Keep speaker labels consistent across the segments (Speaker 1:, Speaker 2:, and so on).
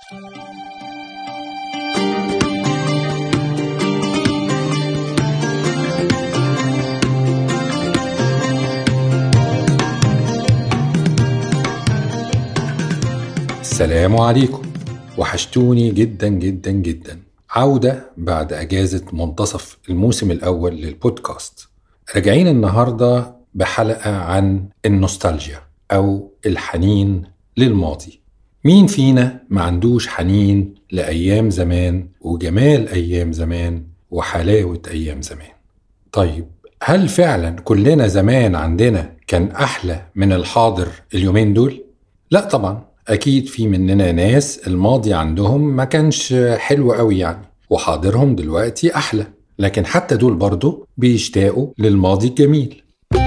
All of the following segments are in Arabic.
Speaker 1: السلام عليكم، وحشتوني جدا جدا جدا. عودة بعد أجازة منتصف الموسم الأول للبودكاست. راجعين النهاردة بحلقة عن النوستالجيا أو الحنين للماضي. مين فينا ما عندوش حنين لأيام زمان وجمال أيام زمان وحلاوة أيام زمان؟ طيب، هل فعلا كلنا زمان عندنا كان أحلى من الحاضر اليومين دول؟ لا طبعا، أكيد في مننا ناس الماضي عندهم ما كانش حلو قوي يعني، وحاضرهم دلوقتي أحلى، لكن حتى دول برضو بيشتاقوا للماضي الجميل.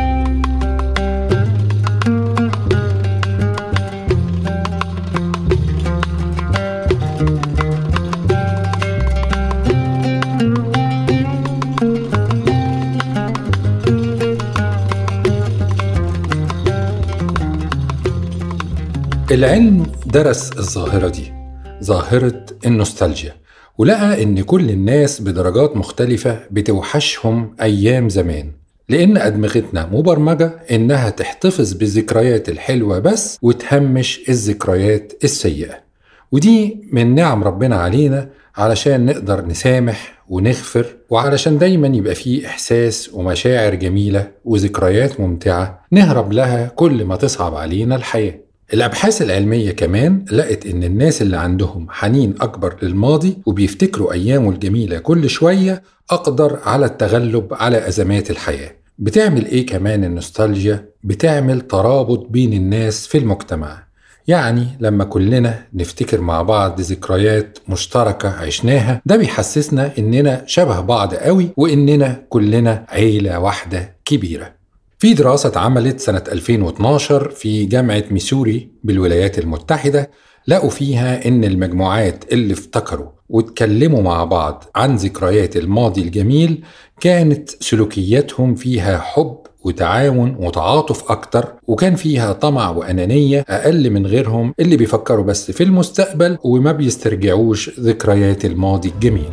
Speaker 1: العلم درس الظاهرة دي، ظاهرة النوستالجيا، ولقى إن كل الناس بدرجات مختلفة بتوحشهم أيام زمان، لأن أدمغتنا مبرمجة إنها تحتفظ بالذكريات الحلوة بس وتهمش الذكريات السيئة. ودي من نعم ربنا علينا علشان نقدر نسامح ونغفر، وعلشان دايما يبقى فيه إحساس ومشاعر جميلة وذكريات ممتعة نهرب لها كل ما تصعب علينا الحياة. الأبحاث العلمية كمان لقت إن الناس اللي عندهم حنين أكبر للماضي وبيفتكروا أيامه الجميلة كل شوية أقدر على التغلب على أزمات الحياة. بتعمل إيه كمان النوستالجيا؟ بتعمل ترابط بين الناس في المجتمع. يعني لما كلنا نفتكر مع بعض ذكريات مشتركة عشناها، ده بيحسسنا إننا شبه بعض قوي وإننا كلنا عيلة واحدة كبيرة. في دراسة اتعملت سنة 2012 في جامعة ميسوري بالولايات المتحدة، لقوا فيها إن المجموعات اللي افتكروا واتكلموا مع بعض عن ذكريات الماضي الجميل كانت سلوكياتهم فيها حب وتعاون وتعاطف أكتر، وكان فيها طمع وأنانية أقل من غيرهم اللي بيفكروا بس في المستقبل وما بيسترجعوش ذكريات الماضي الجميل.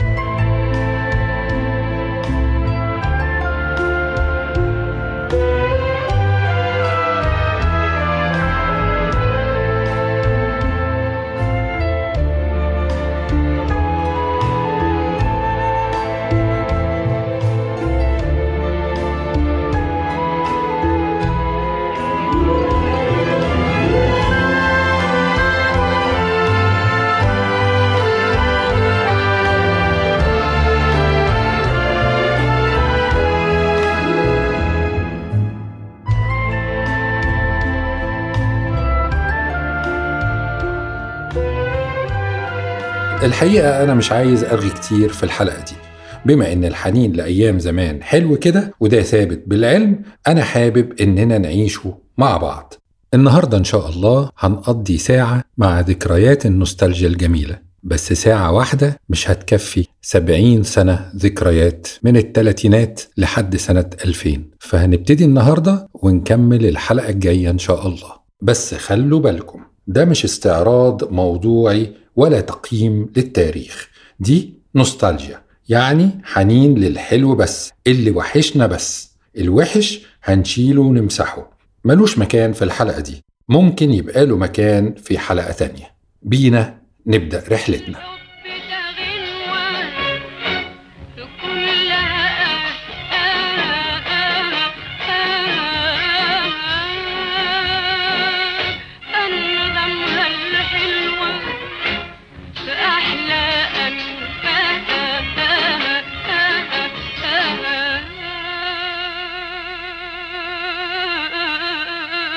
Speaker 1: الحقيقة أنا مش عايز أرغي كتير في الحلقة دي، بما إن الحنين لأيام زمان حلو كده وده ثابت بالعلم، أنا حابب إننا نعيشه مع بعض. النهاردة إن شاء الله هنقضي ساعة مع ذكريات النوستالجيا الجميلة، بس ساعة واحدة مش هتكفي 70 سنة ذكريات من الثلاثينات لحد سنة 2000. فهنبتدي النهاردة ونكمل الحلقة الجاية إن شاء الله. بس خلوا بالكم، ده مش استعراض موضوعي ولا تقييم للتاريخ، دي نوستالجيا، يعني حنين للحلو بس، اللي وحشنا بس، الوحش هنشيله ونمسحه، ملوش مكان في الحلقة دي، ممكن يبقى له مكان في حلقة تانية. بينا نبدأ رحلتنا.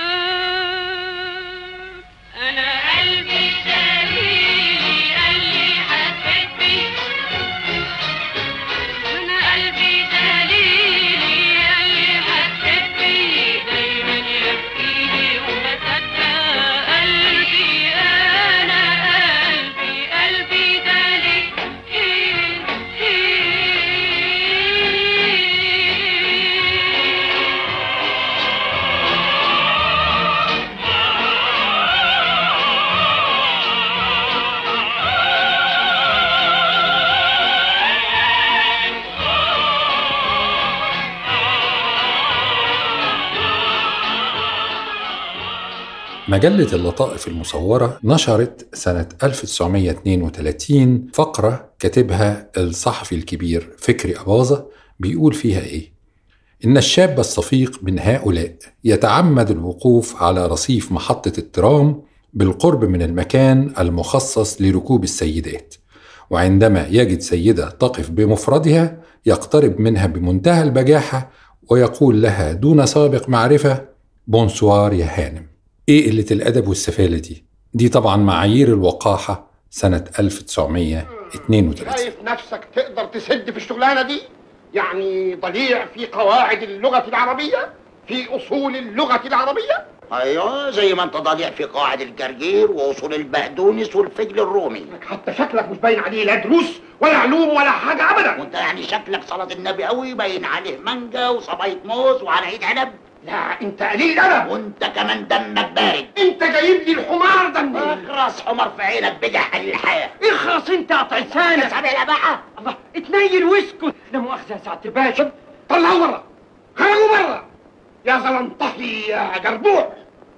Speaker 2: أنا قلبي سليم
Speaker 1: مجلة اللطائف المصورة نشرت سنة 1932 فقرة كتبها الصحفي الكبير فكري أباظة، بيقول فيها إيه؟ إن الشاب الصفيق من هؤلاء يتعمد الوقوف على رصيف محطة الترام بالقرب من المكان المخصص لركوب السيدات، وعندما يجد سيدة تقف بمفردها يقترب منها بمنتهى البجاحة ويقول لها دون سابق معرفة: بونسوار يا هانم. إيه قلة الأدب والسفالة دي؟ دي طبعا معايير الوقاحة سنة 1932.
Speaker 2: شايف نفسك تقدر تسد في الشغلانة دي؟ يعني ضليع في قواعد اللغة العربية، في أصول اللغة العربية؟
Speaker 3: ايوه، زي ما انت ضليع في قواعد الجرجير واصول البقدونس والفجل الرومي.
Speaker 2: حتى شكلك مش باين عليه لا دروس ولا علوم ولا حاجة أبدا.
Speaker 3: وانت يعني شكلك صلاة النبي قوي، باين عليه مانجا وصباية موز وعلى ايد عنب.
Speaker 2: لا انت قليل أدب،
Speaker 3: وانت كمان دمك بارد.
Speaker 2: انت جايب لي الحمار ده منين؟
Speaker 3: اخرس حمار في عينك بجح الحياة.
Speaker 2: اخرس انت قطع لسانك.
Speaker 3: اسمع بقى.
Speaker 2: الله اتنيل واسكت. لا مؤاخذة يا سعادة الباشا، طلعوا بره، خرجوا بره يا زلمطحي يا جربوع.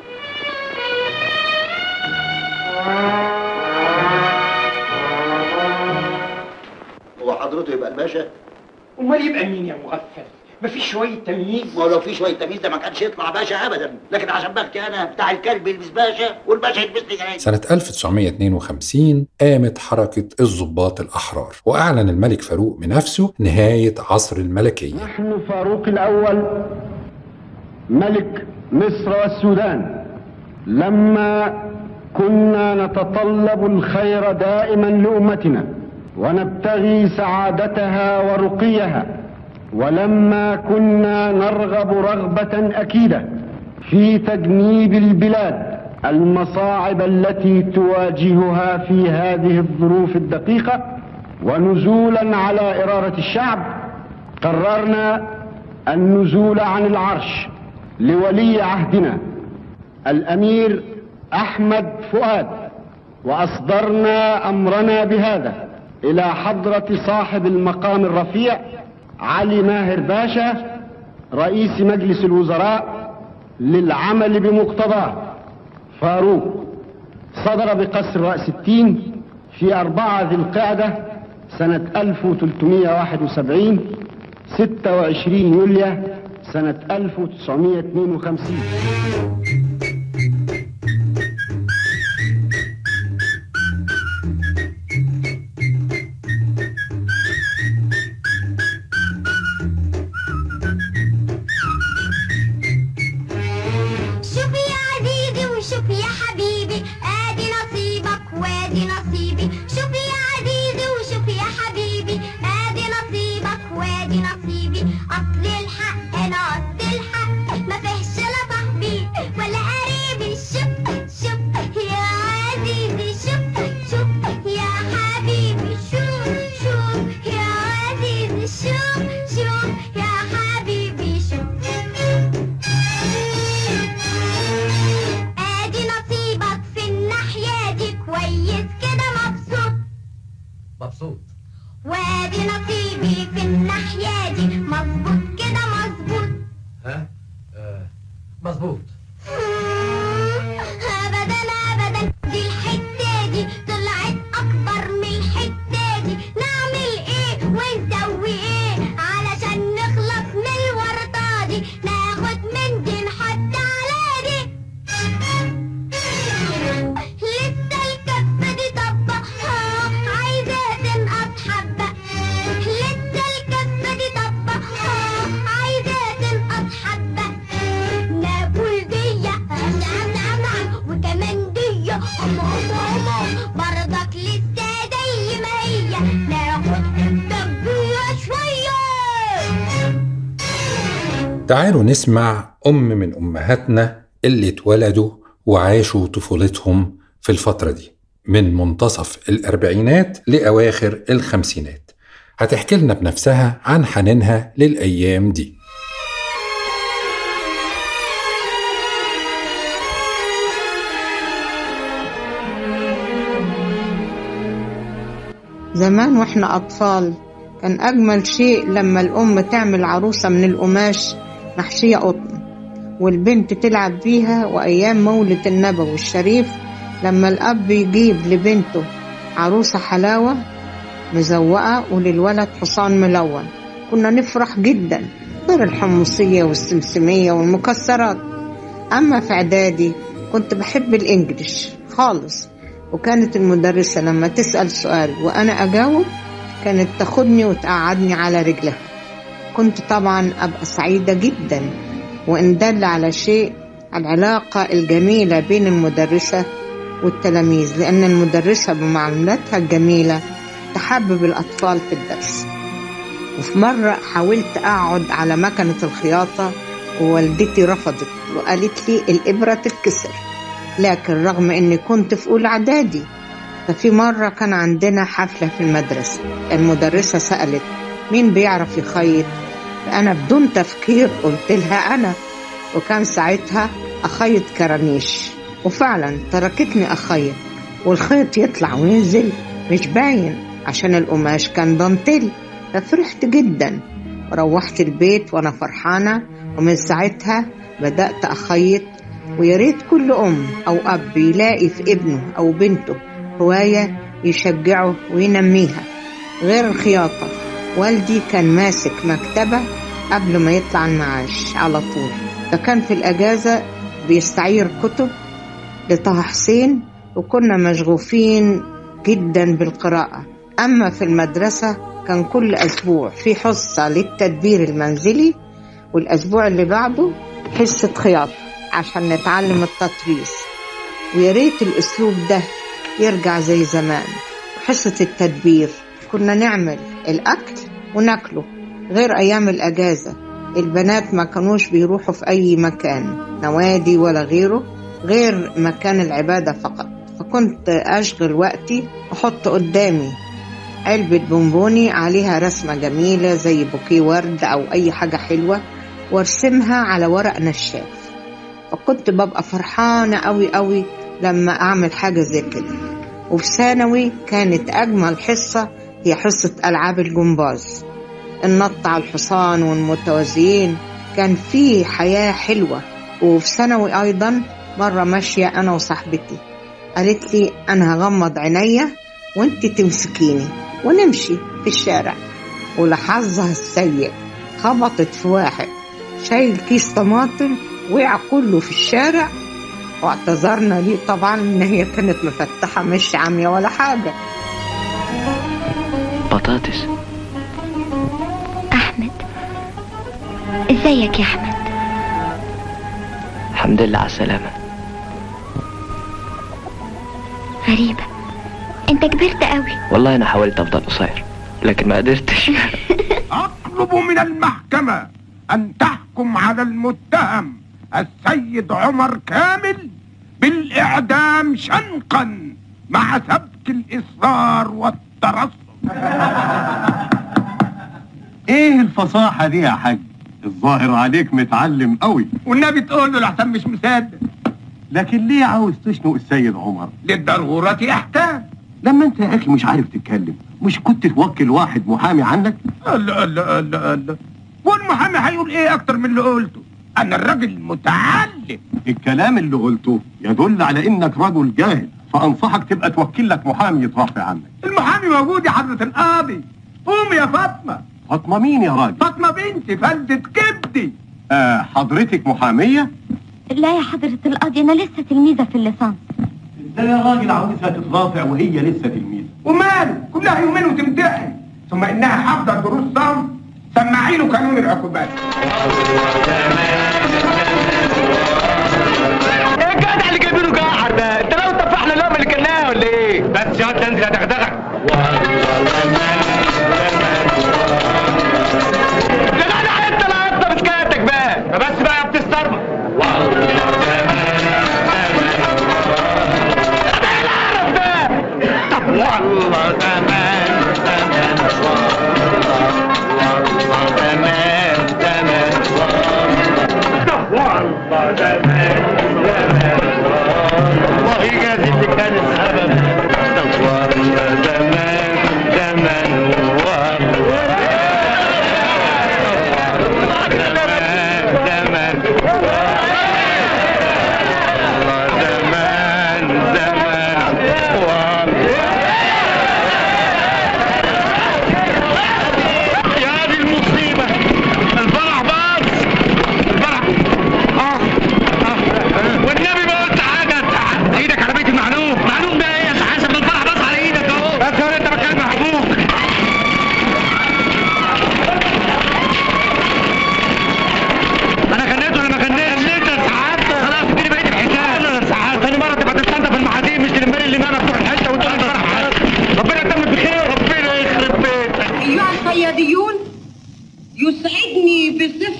Speaker 3: هو حضرته يبقى الباشا؟
Speaker 2: امال يبقى مين يا مغفل؟ مفيش شوية تمييز؟
Speaker 3: ما لو في شوية تمييز ده ما كانش يطلع باشا ابدا، لكن عشان بختي انا بتاع الكلب يلبس باشا والباشا يلبس لي جنيه.
Speaker 1: سنة 1952 قامت حركة الضباط الأحرار، وأعلن الملك فاروق بنفسه نهاية عصر الملكية.
Speaker 4: نحن فاروق الأول ملك مصر والسودان لما كنا نتطلب الخير دائما لأمتنا ونبتغي سعادتها ورقيها، ولما كنا نرغب رغبة أكيدة في تجنيب البلاد المصاعب التي تواجهها في هذه الظروف الدقيقة، ونزولا على إرادة الشعب قررنا النزول عن العرش لولي عهدنا الأمير أحمد فؤاد، وأصدرنا أمرنا بهذا إلى حضرة صاحب المقام الرفيع علي ماهر باشا رئيس مجلس الوزراء للعمل بمقتضاه. فاروق صدر بقصر رأس التين في 4 ذي القعدة سنة 1371 26 يوليو سنة 1952.
Speaker 5: مبسوط
Speaker 6: وادي نصيبي في الناحية دي مظبوط كده مظبوط.
Speaker 5: ها؟ مظبوط.
Speaker 6: ابدا ابدا دي الحتة دي طلعت اكبر من الحتة دي. نعمل ايه ونسوي ايه علشان نخلص من الورطة دي؟ ناخد من دي نحط على دي. لسه الكفة دي طبقها عايزة تنقص حبة. لسه الكفة دي طبقها عايزة تنقص حبة. ناكل دي نعم نعم نعم وكمان دي برضك لسه زي ما هي. ناخد حتة كبيرة شوية.
Speaker 1: تعالوا نسمع من أمهاتنا اللي اتولدوا وعاشوا طفولتهم في الفترة دي من منتصف الأربعينات لأواخر الخمسينات. هتحكي لنا بنفسها عن حنينها للأيام دي.
Speaker 7: زمان واحنا أطفال كان أجمل شيء لما الأم تعمل عروسة من القماش محشية قطن والبنت تلعب بيها، وأيام مولد النبوي الشريف لما الأب يجيب لبنته عروسة حلاوة مزوقة وللولد حصان ملون، كنا نفرح جدا، غير الحمصية والسمسمية والمكسرات. أما في إعدادي كنت بحب الإنجليش خالص، وكانت المدرسة لما تسأل سؤال وأنا أجاوب كانت تاخدني وتقعدني على رجلها. كنت طبعا أبقى سعيدة جدا، وإن دل على شيء العلاقة الجميلة بين المدرسة والتلاميذ، لأن المدرسة بمعاملتها الجميلة تحبب الأطفال في الدرس. وفي مرة حاولت أقعد على مكنة الخياطة ووالدتي رفضت وقالت لي الإبرة تتكسر، لكن رغم أني كنت في أولى إعدادي. ففي مرة كان عندنا حفلة في المدرسة، المدرسة سألت مين بيعرف يخيط، فأنا بدون تفكير قلت لها أنا، وكان ساعتها أخيط كرانيش، وفعلا تركتني أخيط والخيط يطلع وينزل مش باين عشان القماش كان دانتيل. ففرحت جدا وروحت البيت وأنا فرحانة، ومن ساعتها بدأت أخيط. وياريت كل أم أو أب يلاقي في ابنه أو بنته هواية يشجعه وينميها. غير الخياطة، والدي كان ماسك مكتبة قبل ما يطلع المعاش على طول، فكان في الأجازة بيستعير كتب لطه حسين، وكنا مشغوفين جدا بالقراءة. أما في المدرسة كان كل أسبوع في حصة للتدبير المنزلي، والأسبوع اللي بعده حصة خياطة عشان نتعلم التطريز. وياريت الأسلوب ده يرجع زي زمان. حصة التدبير كنا نعمل الأكل وناكله، غير أيام الأجازة البنات ما كانوش بيروحوا في أي مكان، نوادي ولا غيره، غير مكان العبادة فقط. فكنت أشغل وقتي أحط قدامي علبة بونبوني عليها رسمة جميلة زي بوكيه ورد أو أي حاجة حلوة، وارسمها على ورق نشاف. فكنت ببقى فرحانة قوي قوي لما أعمل حاجة زي كده. وفي ثانوي كانت أجمل حصة هي حصة ألعاب الجمباز، النط على الحصان والمتوازيين، كان فيه حياة حلوة. وفي ثانوي أيضا مرة ماشية أنا وصاحبتي قالت لي أنا هغمض عينيا وانت تمسكيني ونمشي في الشارع، ولحظها السيء خبطت في واحد شايل كيس طماطم وقع كله في الشارع، واعتذرنا ليه طبعا ان هي كانت مفتحة مش عامية ولا حاجة.
Speaker 8: بطاطس.
Speaker 6: أحمد، ازيك يا أحمد؟
Speaker 8: الحمد لله على السلامة.
Speaker 6: غريبة، انت كبرت قوي.
Speaker 8: والله انا حاولت افضل قصير لكن ما قدرتش.
Speaker 2: أطلب من المحكمة أن تحكم على المتهم السيد عمر كامل بالإعدام شنقا مع سبك الإصرار والترصد.
Speaker 9: ايه الفصاحة دي يا حاج؟ الظاهر عليك متعلم قوي.
Speaker 2: والنبي تقول له لحسن مش مصدق.
Speaker 9: لكن ليه عاوز تشنق السيد عمر؟
Speaker 2: للضرورة احتاج.
Speaker 9: لما انت يا اخي مش عارف تتكلم، مش كنت توكل واحد محامي عنك؟
Speaker 2: الله والمحامي هيقول ايه اكتر من اللي قلته؟ انا الراجل متعلم.
Speaker 9: الكلام اللي قلته يدل على انك رجل جاهل، فانصحك تبقى توكل لك محامي يترافع عنك.
Speaker 2: المحامي موجود يا حضرة القاضي. قوم يا فاطمة.
Speaker 9: فاطمة مين يا راجل؟
Speaker 2: فاطمة بنتي فلدة كبدي.
Speaker 9: حضرتك محامية؟
Speaker 6: لا يا حضرة القاضي، انا لسه تلميذة في الليسانس.
Speaker 9: ازاي يا راجل عاوزها تترافع وهي لسه تلميذة؟
Speaker 2: وماله، كلها يومين وتمتحن، ثم انها حافظة دروس صم. سمعي له قانون العقوبات.
Speaker 3: ايه الجدع اللي جايبينه جاحر ده؟ انت لو طفحنا اللقمه اللي كلناها ولا ايه؟
Speaker 2: بس يا انزل ادغدغك.
Speaker 3: يا جدع انت لا انت مسكاتك بقى.
Speaker 2: بس بقى يا بتسترمى.
Speaker 3: والله زمان زمان والله زمان زمان والله زمان زمان والله يجازي اللي كان السبب. والله زمان زمان والله زمان زمان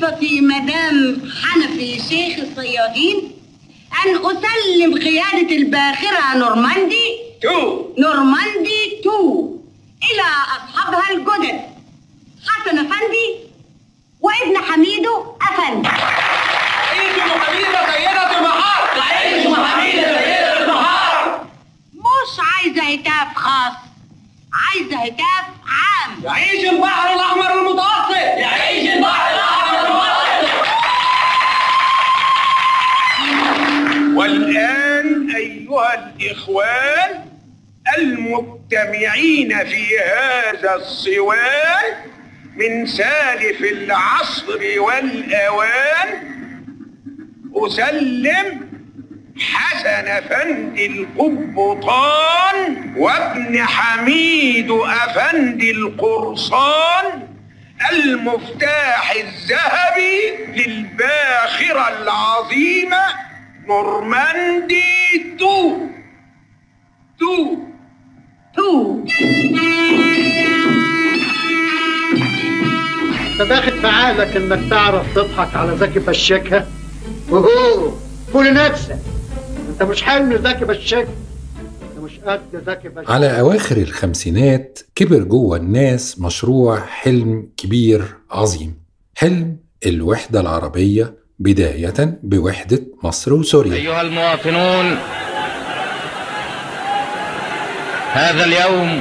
Speaker 10: بوظتي مدام حنفي شيخ الصيادين أن أسلم قيادة الباخرة نورماندي 2 إلى أصحابها الجدد حسن أفندي وابن حميدو أفندي.
Speaker 11: عيشوا حميدة سيدة البحار، عيشوا حميدة سيدة البحار.
Speaker 10: مش عايزة هتاف خاص، عايزة هتاف عام.
Speaker 11: يعيش البحر الأحمر المتوسط، يعيش البحر الأحمر المتوسط.
Speaker 12: والآن أيها الإخوان المجتمعين في هذا الصوان من سالف العصر والأوان، أسلم حسن أفندي القبطان وابن حميد أفندي القرصان المفتاح الذهبي للباخرة العظيمة نورماندي 2.
Speaker 13: انت داخل في عقلك انك تعرف تضحك على زكي بشكها؟ كل نفسك، انت مش حلم زكي بشكها، انت مش قد زكي بشكها.
Speaker 1: على أواخر الخمسينات كبر جوه الناس مشروع حلم كبير عظيم، حلم الوحدة العربية بداية بوحدة مصر وسوريا.
Speaker 14: أيها المواطنون، هذا اليوم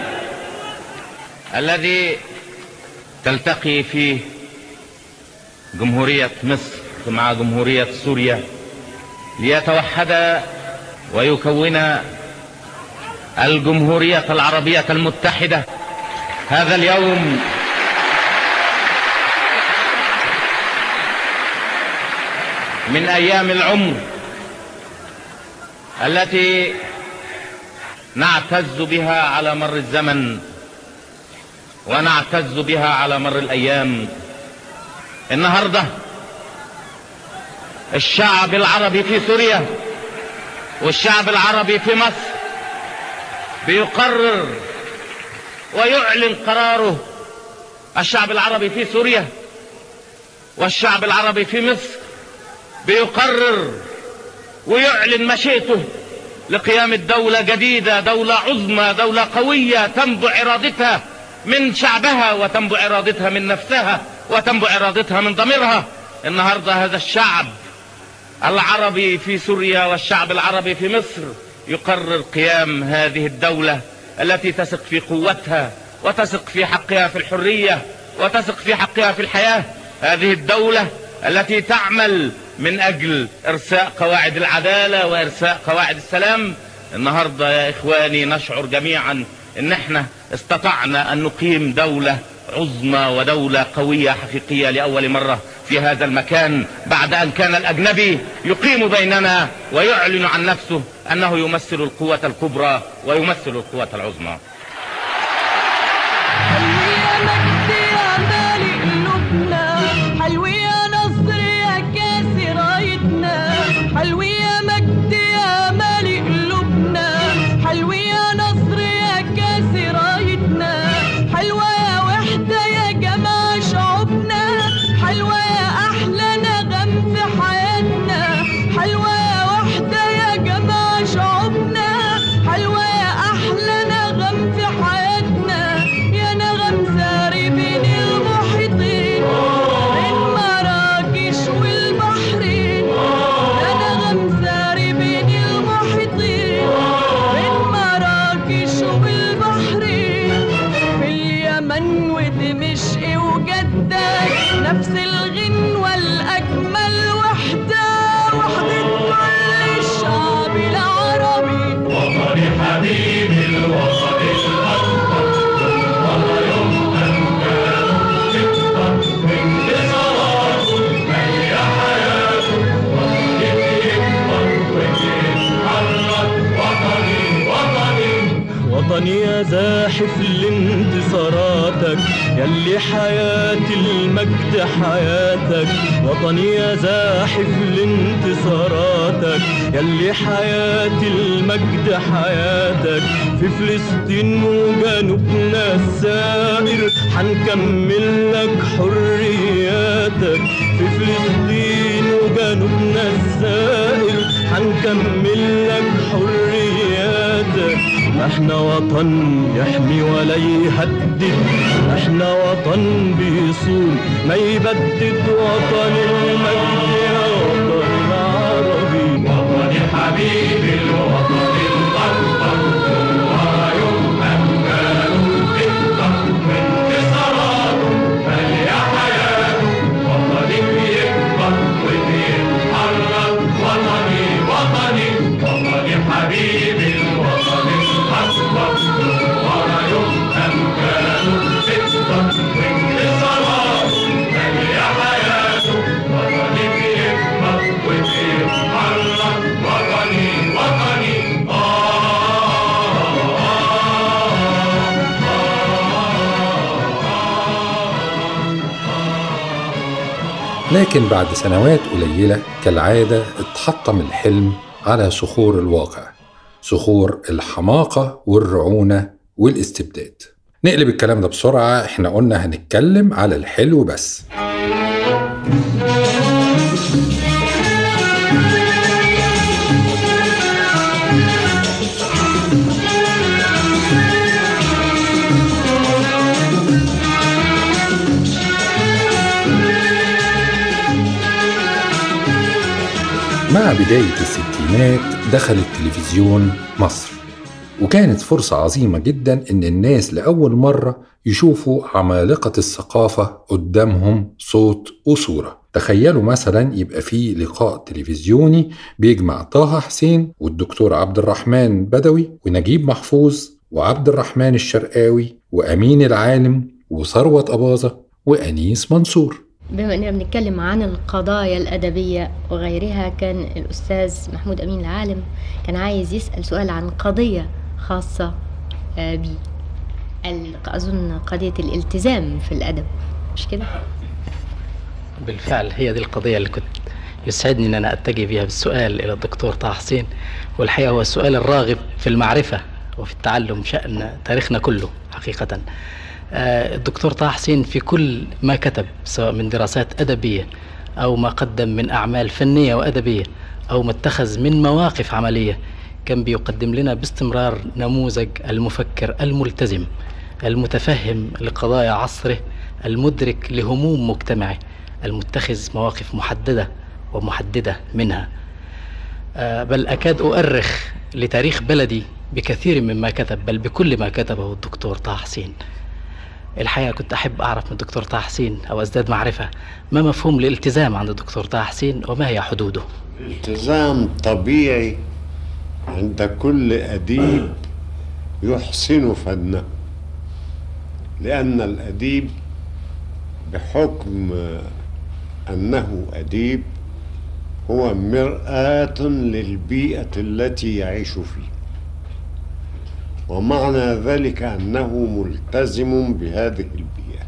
Speaker 14: الذي تلتقي فيه جمهورية مصر مع جمهورية سوريا ليتوحدا ويكونا الجمهورية العربية المتحدة، هذا اليوم من أيام العمر التي نعتز بها على مر الزمن ونعتز بها على مر الأيام. النهاردة الشعب العربي في سوريا والشعب العربي في مصر بيقرر ويعلن قراره. الشعب العربي في سوريا والشعب العربي في مصر بيقرر ويعلن مشيئته لقيام الدولة جديدة، دولة عظمى، دولة قوية تنبع إرادتها من شعبها وتنبع إرادتها من نفسها وتنبع إرادتها من ضميرها. النهاردة هذا الشعب العربي في سوريا والشعب العربي في مصر يقرر قيام هذه الدولة التي تثق في قوتها وتثق في حقها في الحرية وتثق في حقها في الحياة، هذه الدولة التي تعمل من أجل إرساء قواعد العدالة وإرساء قواعد السلام. النهاردة يا إخواني نشعر جميعا إن احنا استطعنا أن نقيم دولة عظمى ودولة قوية حقيقية لأول مرة في هذا المكان، بعد أن كان الأجنبي يقيم بيننا ويعلن عن نفسه أنه يمثل القوة الكبرى ويمثل القوة العظمى.
Speaker 15: حلوي يا نصر يا كاس رايتنا، حلوي يا مجد يا مالي قلوبنا، حلوي يا نصر يا كاس رايتنا، حلوة يا وحدة يا جماعة شعوبنا، حلوة يا أحلى نغم في حياتنا، حلوة يا وحدة يا جماعة شعوبنا، حلوة يا أحلى نغم في حياتنا، يا نغم ساري بين المحيطين بين مراكش والبحرين، يا نغم ساري بين المحيطين بين مراكش والبحرين، في اليمن ودمشق وجدة نفس الغنوة الأجمل، وحدة وحدة كل الشعب العربي،
Speaker 11: وطني حبيبي الوطن الأكبر، والله يوم أنجاز تكبر انتصاراته مالية حياته، يكبر ويتحرك وطني وطني
Speaker 15: وطني يا زاحف لانتصاراتك، يلي حياتي المجد حياتك، وطني يا زاحف لانتصاراتك، يلي حياتي المجد حياتك، في فلسطين وجنوبنا السائر حنكمل لك حرياتك، في فلسطين وجنوبنا الزائر هنكمل لك حرياتك. احنا وطن يحمي ولا يهدد، احنا وطن بيصون ما يبدد، وطن المجد يا وطن العربي، وطن حبيبي الوطن الأكبر، ويوم أمجاده تكبر وانتصاراته مالية حياته، وطني بيكبر وبيتحرك، وطني وطني وطني حبيبي الوطن الأكبر، ويوم أمجاده تكبر وانتصاراته مالية حياته، وطني بيكبر وبيتحرك، وطني وطني
Speaker 1: لكن بعد سنوات قليلة كالعادة اتحطم الحلم على صخور الواقع، صخور الحماقة والرعونة والاستبداد. نقلب الكلام ده بسرعة، احنا قلنا هنتكلم على الحلو بس. مع بداية الستينات دخل التلفزيون مصر، وكانت فرصة عظيمة جدا إن الناس لأول مرة يشوفوا عمالقة الثقافة قدامهم صوت وصورة. تخيلوا مثلا يبقى فيه لقاء تلفزيوني بيجمع طه حسين والدكتور عبد الرحمن بدوي ونجيب محفوظ وعبد الرحمن الشرقاوي وأمين العالم وثروة أباظة وأنيس منصور.
Speaker 16: بما أننا بنتكلم عن القضايا الأدبية وغيرها، كان الأستاذ محمود أمين العالم كان عايز يسأل سؤال عن قضية خاصة بي، أظن قضية الالتزام في الأدب، مش كده؟
Speaker 17: بالفعل هي دي القضية اللي كنت يسعدني أن أنا أتجه بها بالسؤال إلى الدكتور طه حسين، والحقيقة هو السؤال الراغب في المعرفة وفي التعلم شأن تاريخنا كله حقيقة. الدكتور طه حسين في كل ما كتب، سواء من دراسات أدبية أو ما قدم من أعمال فنية وأدبية أو ما اتخذ من مواقف عملية، كان بيقدم لنا باستمرار نموذج المفكر الملتزم المتفهم لقضايا عصره، المدرك لهموم مجتمعه، المتخذ مواقف محددة ومحددة منها. بل أكاد أؤرخ لتاريخ بلدي بكثير مما كتب، بل بكل ما كتبه الدكتور طه حسين. الحقيقة كنت أحب أعرف من الدكتور طه حسين أو أزداد معرفة ما مفهوم الالتزام عند الدكتور طه حسين وما هي حدوده.
Speaker 18: الالتزام طبيعي عند كل أديب يحسن فنه، لأن الأديب بحكم أنه أديب هو مرآة للبيئة التي يعيش فيها، ومعنى ذلك أنه ملتزم بهذه البيئة.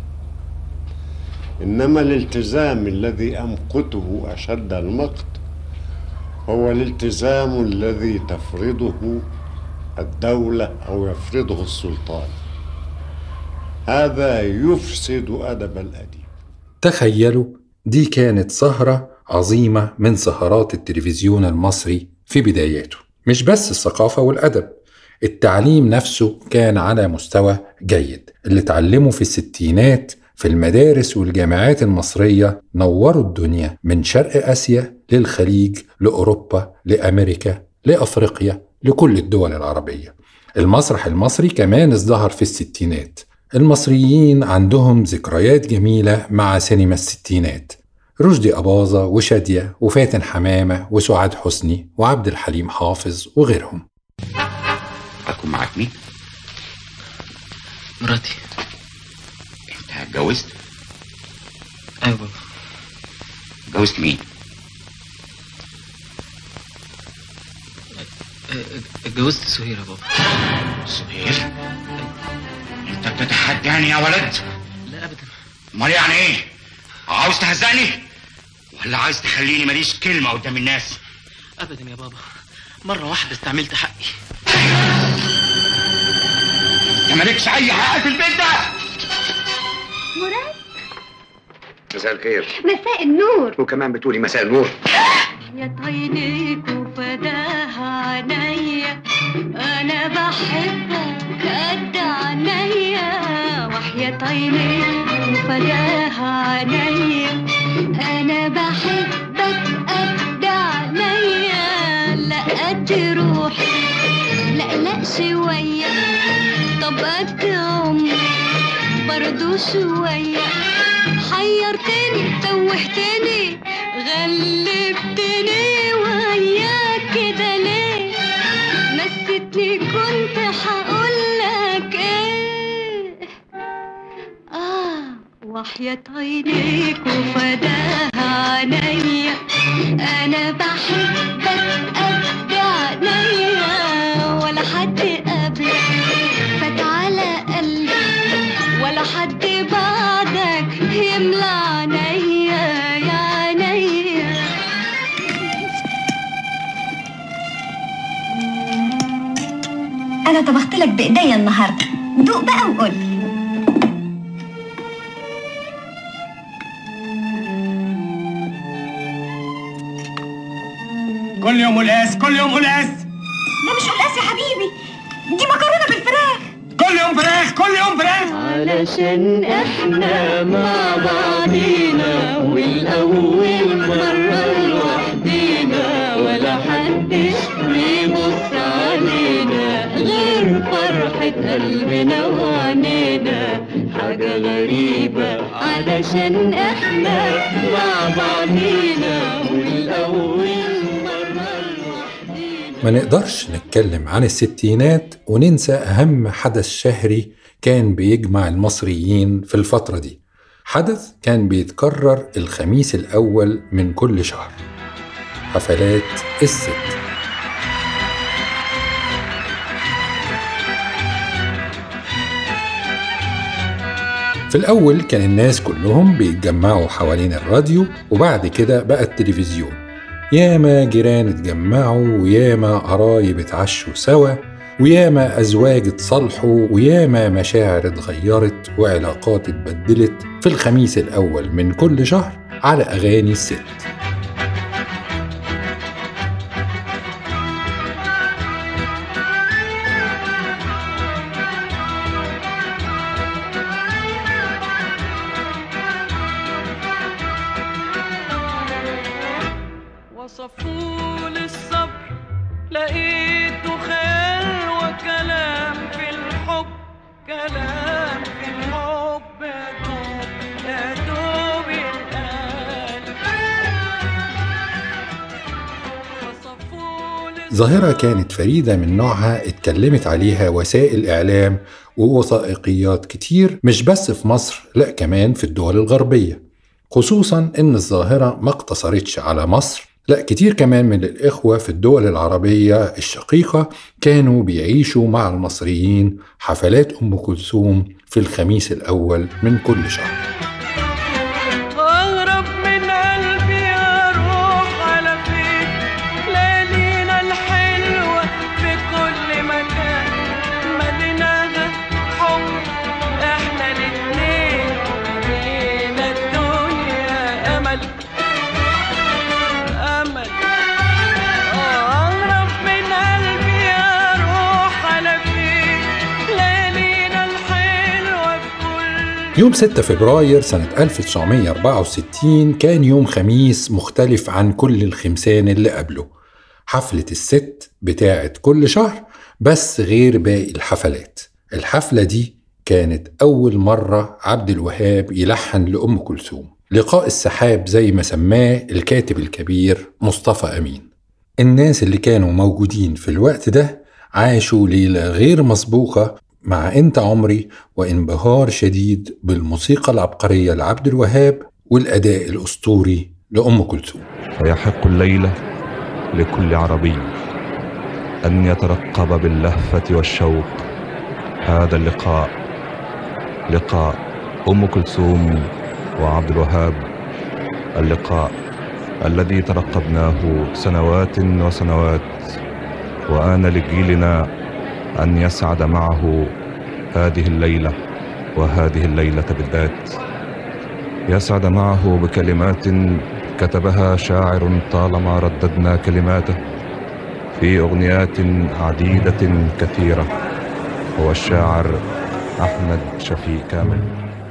Speaker 18: إنما الالتزام الذي أمقته أشد المقت هو الالتزام الذي تفرضه الدولة أو يفرضه السلطان، هذا يفسد أدب الأديب.
Speaker 1: تخيلوا دي كانت سهرة عظيمة من سهرات التلفزيون المصري في بداياته. مش بس الثقافة والأدب، التعليم نفسه كان على مستوى جيد. اللي اتعلموا في الستينات في المدارس والجامعات المصرية نوروا الدنيا من شرق آسيا للخليج لأوروبا لأمريكا لأفريقيا لكل الدول العربية. المسرح المصري كمان ازدهر في الستينات. المصريين عندهم ذكريات جميلة مع سينما الستينات، رشدي أباظة وشادية وفاتن حمامة وسعاد حسني وعبد الحليم حافظ وغيرهم.
Speaker 19: أكون معك مين؟
Speaker 8: مراتي.
Speaker 19: أنت اتجوزت؟
Speaker 8: أيوة بابا.
Speaker 19: اتجوزت مين؟
Speaker 8: اتجوزت سهير يا بابا.
Speaker 19: سهير؟ أنت بتتحداني يا ولد؟
Speaker 8: لا أبدا.
Speaker 19: أمال يعني إيه؟ عاوز تهزقني؟ ولا عايز تخليني ماليش كلمة قدام الناس؟
Speaker 8: أبدا يا بابا، مرة واحدة استعملت حقي.
Speaker 19: انت مالكش اي حق في البيت ده.
Speaker 6: مراد
Speaker 19: مساء الخير.
Speaker 6: مساء النور.
Speaker 19: وكمان بتقولي مساء النور؟
Speaker 6: يا عينيك وفداها عينيا، انا بحبك قد عينيا، وحياة عينيك وفداها عينيا، انا بحبك قد عينيا، لا قد روحي لا شوية، طب قد عمري برضو شوية، حيرتني توهتني غلبتني وياك كده ليه، نسيتني كنت هقولك ايه، وحياة عينيك وفداها عينيا، انا بحبك قد عينيا، ولا حد قبلك فات على قلبي، ولا حد بعدك يملى عينيا يا عينيا.
Speaker 10: انا طبختلك بايديا النهارده، دوق بقى وقول.
Speaker 11: كل يوم قلقاس كل يوم قلقاس.
Speaker 10: ده مش قلقاس يا حبيبي، دي مكرونه بالفراخ.
Speaker 11: كل يوم فراخ كل يوم فراخ.
Speaker 15: علشان احنا مع بعضينا، والاول مرة لوحدينا، ولا حدش بيبص علينا غير فرحة قلبنا وعنينا، حاجة غريبة علشان احنا مع بعضينا، والاول
Speaker 1: ما نقدرش نتكلم عن الستينات وننسى أهم حدث شهري كان بيجمع المصريين في الفترة دي. حدث كان بيتكرر الخميس الأول من كل شهر، حفلات الست. في الأول كان الناس كلهم بيتجمعوا حوالين الراديو، وبعد كده بقى التلفزيون. ياما جيران اتجمعوا، وياما قرايب اتعشوا سوا، وياما أزواج اتصالحوا، وياما مشاعر اتغيرت وعلاقات اتبدلت في الخميس الأول من كل شهر على أغاني الست.
Speaker 15: وصفوا للصبر لقيته خير، وكلام في الحب كلام في الحب يا دوب يتقال.
Speaker 1: ظاهرة كانت فريدة من نوعها اتكلمت عليها وسائل إعلام ووثائقيات كتير، مش بس في مصر، لأ كمان في الدول الغربية. خصوصا إن الظاهرة ما اقتصرتش على مصر، لا كتير كمان من الإخوة في الدول العربية الشقيقة كانوا بيعيشوا مع المصريين حفلات أم كلثوم في الخميس الأول من كل شهر.
Speaker 15: أغرب من قلبي أروح على فين، ليالينا الحلوة في كل مكان، مدينة حب إحنا الاتنين، بينا الدنيا أمل. يوم 6 فبراير سنة 1964 كان يوم خميس مختلف عن كل الخمسان اللي قبله. حفلة الست بتاعت كل شهر بس غير باقي الحفلات. الحفلة دي كانت أول مرة عبد الوهاب يلحن لأم كلثوم، لقاء السحاب زي ما سماه الكاتب الكبير مصطفى أمين. الناس اللي كانوا موجودين في الوقت ده عاشوا ليلة غير مسبوقة مع أنت عمري، وانبهار شديد بالموسيقى العبقرية لعبد الوهاب والأداء الأسطوري لأم كلثوم.
Speaker 20: ويحق الليلة لكل عربي أن يترقب باللهفة والشوق هذا اللقاء، لقاء أم كلثوم وعبد الوهاب، اللقاء الذي ترقبناه سنوات وسنوات، وآن لجيلنا أن يسعد معه هذه الليلة، وهذه الليلة بالذات. يسعد معه بكلمات كتبها شاعر طالما رددنا كلماته في أغنيات عديدة كثيرة، هو الشاعر أحمد شفيق كامل.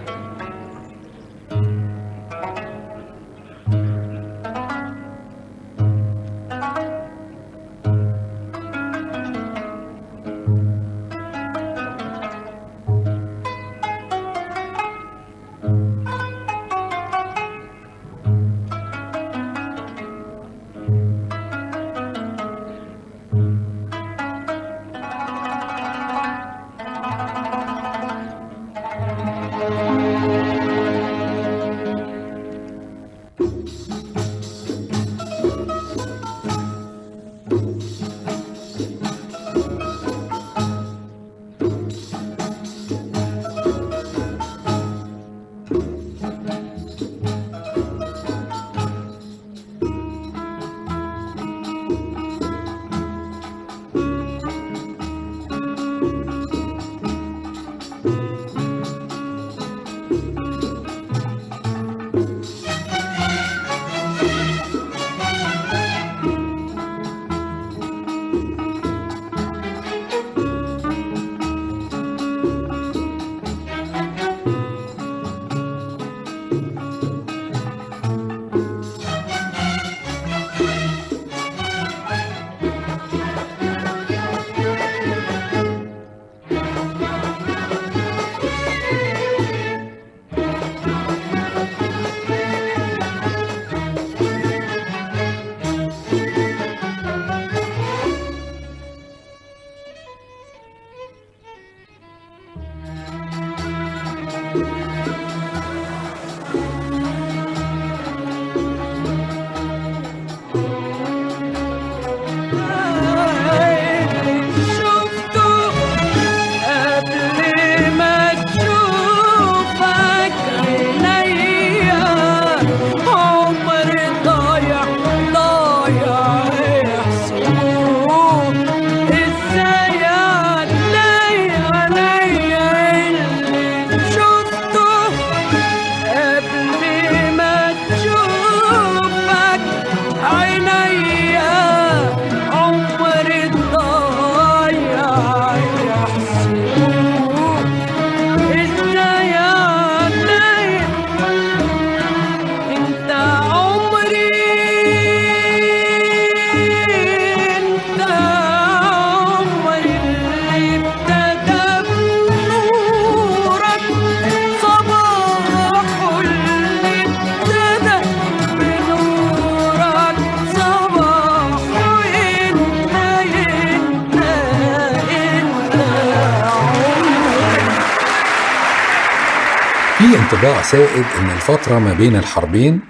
Speaker 1: انطباع سائد إن الفترة ما بين الحربين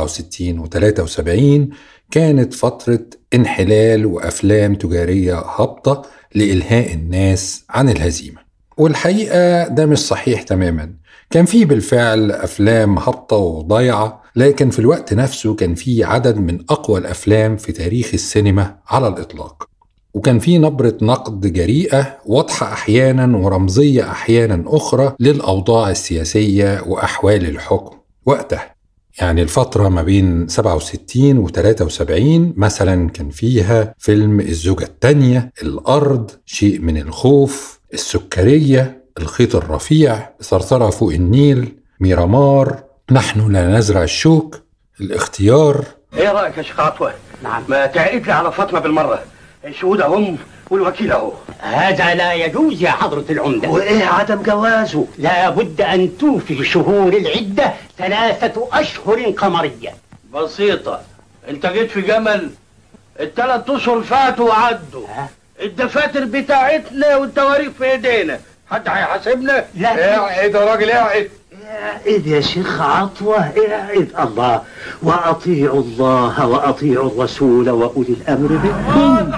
Speaker 1: 67 و 73 كانت فترة انحلال وأفلام تجارية هابطة لإلهاء الناس عن الهزيمة، والحقيقة ده مش صحيح تماما. كان فيه بالفعل أفلام هابطة وضايعة، لكن في الوقت نفسه كان فيه عدد من أقوى الأفلام في تاريخ السينما على الإطلاق، وكان فيه نبرة نقد جريئة واضحة أحيانا ورمزية أحيانا أخرى للأوضاع السياسية وأحوال الحكم وقتها. يعني الفترة ما بين 67 و 73 مثلا كان فيها فيلم الزوجة التانية، الأرض، شيء من الخوف، السكرية، الخيط الرفيع، ثرثرة فوق النيل، ميرامار، نحن لا نزرع الشوك، الاختيار.
Speaker 3: ايه رأيك يا شيخ عطوة؟ نعم. ما تعرف لي على فاطمة بالمرة، الشهود هم والوكيل اهو.
Speaker 21: هذا لا يجوز يا حضرة العمدة.
Speaker 3: وايه عدم جوازه؟
Speaker 21: لا بد ان توفي شهور العدة 3 أشهر قمرية.
Speaker 3: بسيطة، انت جيت في جمل، ال3 أشهر فاتوا وعدوا، الدفاتر بتاعتنا والتواريخ في ايدينا، حد هيحاسبنا؟
Speaker 21: لا.
Speaker 3: اعقد يا راجل اعقد.
Speaker 21: اعقد يا شيخ عطوة، اعقد. الله، واطيعوا الله واطيعوا الرسول واولي الامر منكم.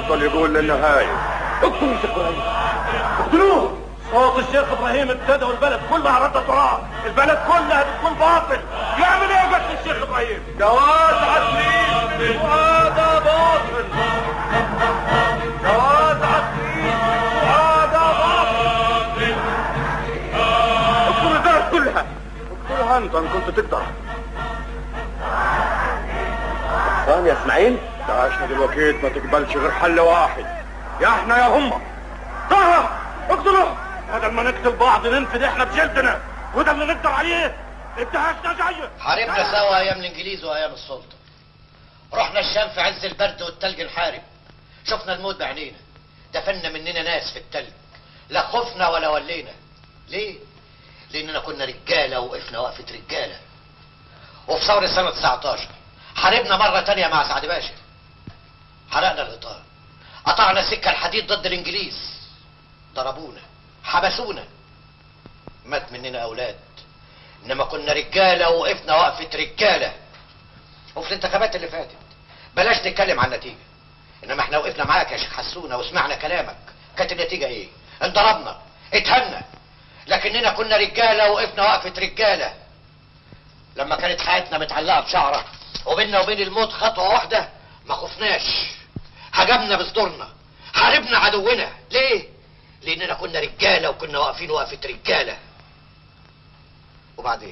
Speaker 12: يفضل يقول للنهايه.
Speaker 3: اقتلوا الشيخ ابراهيم، اقتلوه. صوت الشيخ ابراهيم ابتدى والبلد كلها ردت وراه، البلد كلها بتكون باطل. يعمل ايه قتل الشيخ ابراهيم؟ جواز عسير وهذا باطل، جواز عسير وهذا باطل. اقتلوا البلد كلها، اقتلوها انت ان كنت تقدر. فاهم يا اسماعيل؟
Speaker 12: عشنا دلوقتي ما تقبلش غير حل واحد، يا احنا يا هم.
Speaker 3: طه اقتلوه، بدل ما نقتل بعض ننفد احنا بجلدنا، وده اللي نقدر عليه. انتهشنا جايه.
Speaker 4: حاربنا سوا ايام الانجليز وايام السلطه. رحنا الشام في عز البرد والتلج نحارب. شفنا الموت بعينينا، دفنا مننا ناس في التلج، لا خفنا ولا ولينا. ليه؟ لاننا كنا رجاله ووقفنا وقفه رجاله. وفي ثوره سنه 19 حاربنا مره تانية مع سعد باشا. حرقنا الاطار، قطعنا سكه الحديد ضد الانجليز، ضربونا، حبسونا، مات مننا اولاد، انما كنا رجاله ووقفنا وقفه رجاله. وفي الانتخابات اللي فاتت بلاش نتكلم عن النتيجه، انما احنا وقفنا معاك يا شيخ حسونه وسمعنا كلامك. كانت النتيجه ايه؟ انضربنا، اتهنا، لكننا كنا رجاله ووقفنا وقفه رجاله. لما كانت حياتنا متعلقه بشعره وبيننا وبين الموت خطوه واحده ما خفناش، هجمنا بصدورنا، حاربنا عدونا. ليه؟ لاننا كنا رجاله وكنا واقفين وقفه رجاله. وبعدين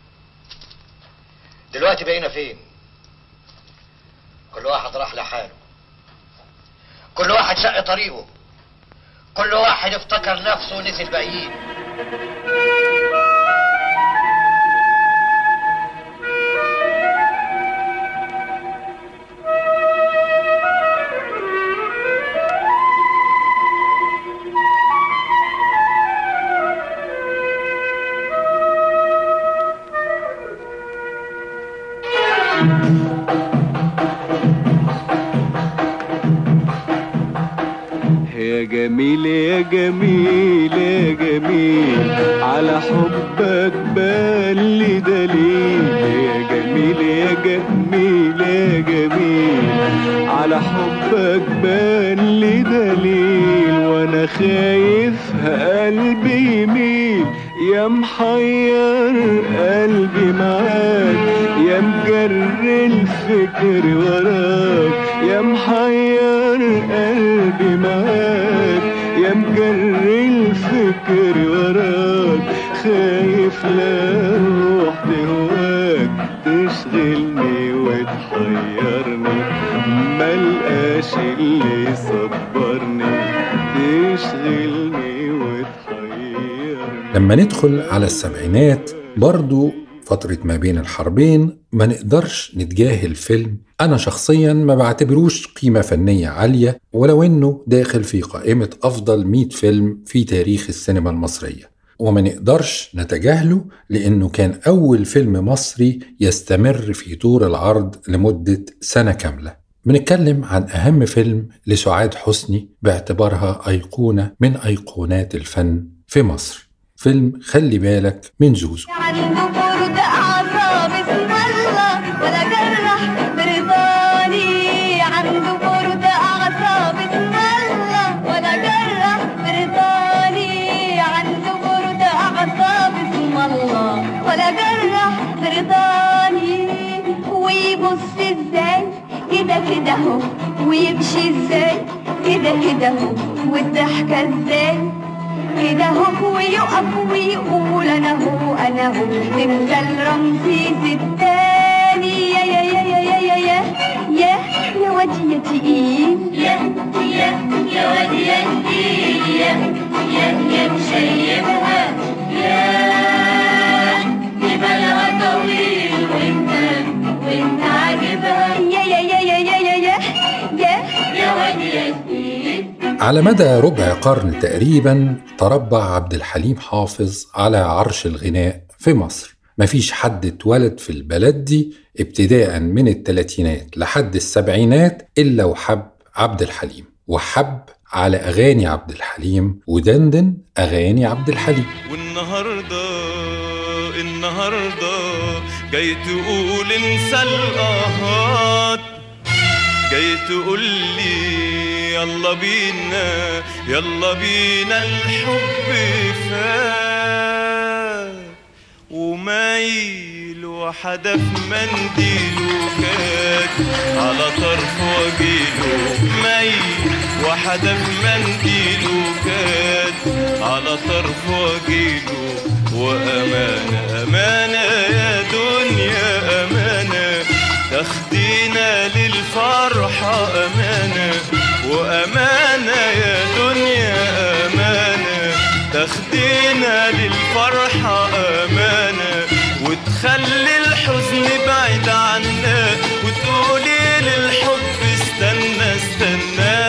Speaker 4: دلوقتي بقينا فين؟ كل واحد راح لحاله، كل واحد شق طريقه، كل واحد افتكر نفسه ونسي الباقيين.
Speaker 22: يا جميل يا جميل يا جميل على حبك بالي دليل. يا جميل يا جميل يا جميل على حبك بالي دليل. وانا خايف قلبي يميل، يا محير قلبي معاك، يا مجري الفكر وراك، يا محير قلبي معاك، يا مجري الفكر وراك. خايف لا روح بهواك تشغلني وتحيرني، ملقاش اللي يصبرني تشغلني وتحيرني.
Speaker 1: لما ندخل على السبعينات برضو فترة ما بين الحربين ما نقدرش نتجاهل فيلم أنا شخصيا ما بعتبروش قيمة فنية عالية، ولو إنه داخل في قائمة أفضل 100 فيلم في تاريخ السينما المصرية، وما نقدرش نتجاهله لأنه كان أول فيلم مصري يستمر في طور العرض لمدة سنة كاملة. بنتكلم عن أهم فيلم لسعاد حسني باعتبارها أيقونة من أيقونات الفن في مصر، فيلم خلي بالك من زوزو.
Speaker 6: عنده برد أعصاب اسم الله ولا جرح برضاني، عنده برد أعصاب اسم الله ولا جرح برضاني، عنده برد أعصاب اسم الله ولا جرح برضاني. ويبص ازاي كده كده اهو، ويمشي ازاي كده كده اهو، والضحكة ازاي كده هو، ويقف ويقول انا هو انا هو، تمثال رمسيس التاني. يا يا يا يا يا يا يا يا وادي يا تقيل، يا يا يا وادي يا تقيل، يا يا يا مشيبها، يا بلغة طويل وانت عاجبها، يا يا يا يا يا يا يا يا يا وادي يا تقيل.
Speaker 1: على مدى ربع قرن تقريبا تربع عبد الحليم حافظ على عرش الغناء في مصر. مفيش حد اتولد في البلد دي ابتداء من الثلاثينات لحد السبعينات إلا وحب عبد الحليم، وحب على أغاني عبد الحليم ودندن أغاني عبد الحليم.
Speaker 23: النهاردة جاي تقول انسى القهات، جاي تقول لي يلا بينا يلا بينا الحب فات ومايل وحدف منديله كات على طرف وجيله مايل وحدف منديله كات على طرف وجيله وأمانة أمانة يا دنيا أمانة تاخدينا للفرحة أمانة وأمانة يا دنيا أمانة تاخدينا للفرحة أمانة وتخلي الحزن بعيد عنا وتقولي للحب استنى استنى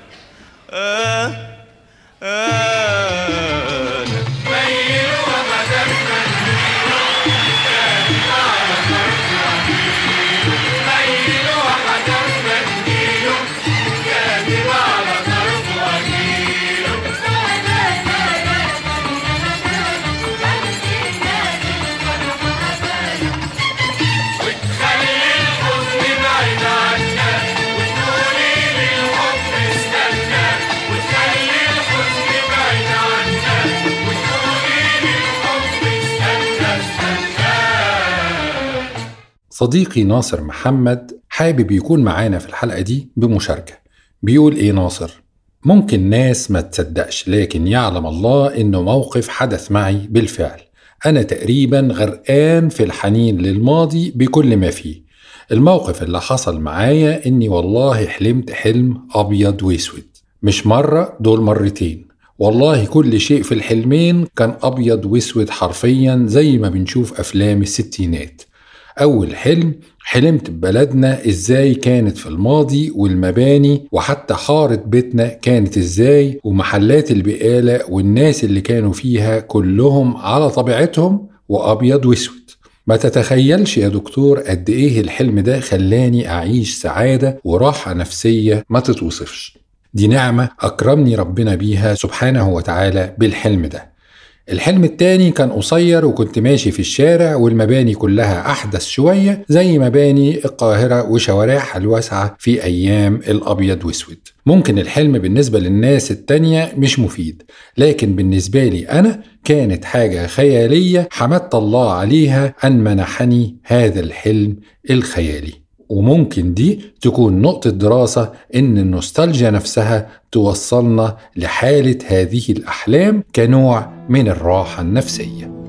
Speaker 1: صديقي ناصر محمد حابب يكون معانا في الحلقة دي بمشاركة. بيقول ايه ناصر؟ ممكن ناس ما تصدقش، لكن يعلم الله انه موقف حدث معي بالفعل. انا تقريبا غرقان في الحنين للماضي بكل ما فيه. الموقف اللي حصل معايا اني والله حلمت حلم ابيض واسود، مش مرة، دول مرتين. والله كل شيء في الحلمين كان ابيض واسود حرفيا زي ما بنشوف افلام الستينات. أول حلم حلمت ببلدنا إزاي كانت في الماضي، والمباني وحتى حارة بيتنا كانت إزاي، ومحلات البقالة والناس اللي كانوا فيها كلهم على طبيعتهم وأبيض واسود. ما تتخيلش يا دكتور قد إيه الحلم ده خلاني أعيش سعادة وراحة نفسية ما تتوصفش. دي نعمة أكرمني ربنا بيها سبحانه وتعالى بالحلم ده. الحلم التاني كان قصير وكنت ماشي في الشارع والمباني كلها أحدث شوية زي مباني القاهرة وشوارعها الواسعة في أيام الأبيض واسود. ممكن الحلم بالنسبة للناس التانية مش مفيد، لكن بالنسبة لي أنا كانت حاجة خيالية حمدت الله عليها أن منحني هذا الحلم الخيالي. وممكن دي تكون نقطة دراسة إن النوستالجيا نفسها توصلنا لحالة هذه الأحلام كنوع من الراحة النفسية.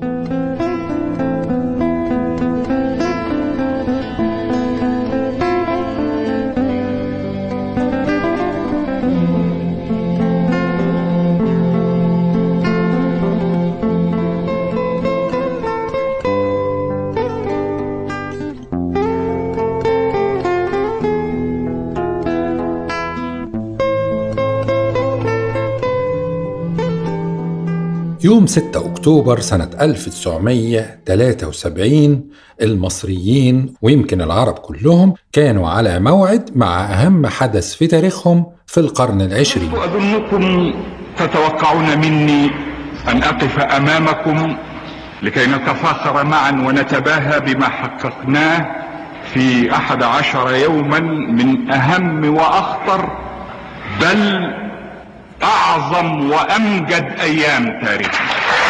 Speaker 1: يوم 6 أكتوبر سنة 1973 المصريين ويمكن العرب كلهم كانوا على موعد مع أهم حدث في تاريخهم في القرن العشرين.
Speaker 5: أظنكم تتوقعون مني أن أقف أمامكم لكي نتفاخر معا ونتباهى بما حققناه في 11 يوما من أهم وأخطر بل أعظم وأمجد أيام تاريخنا.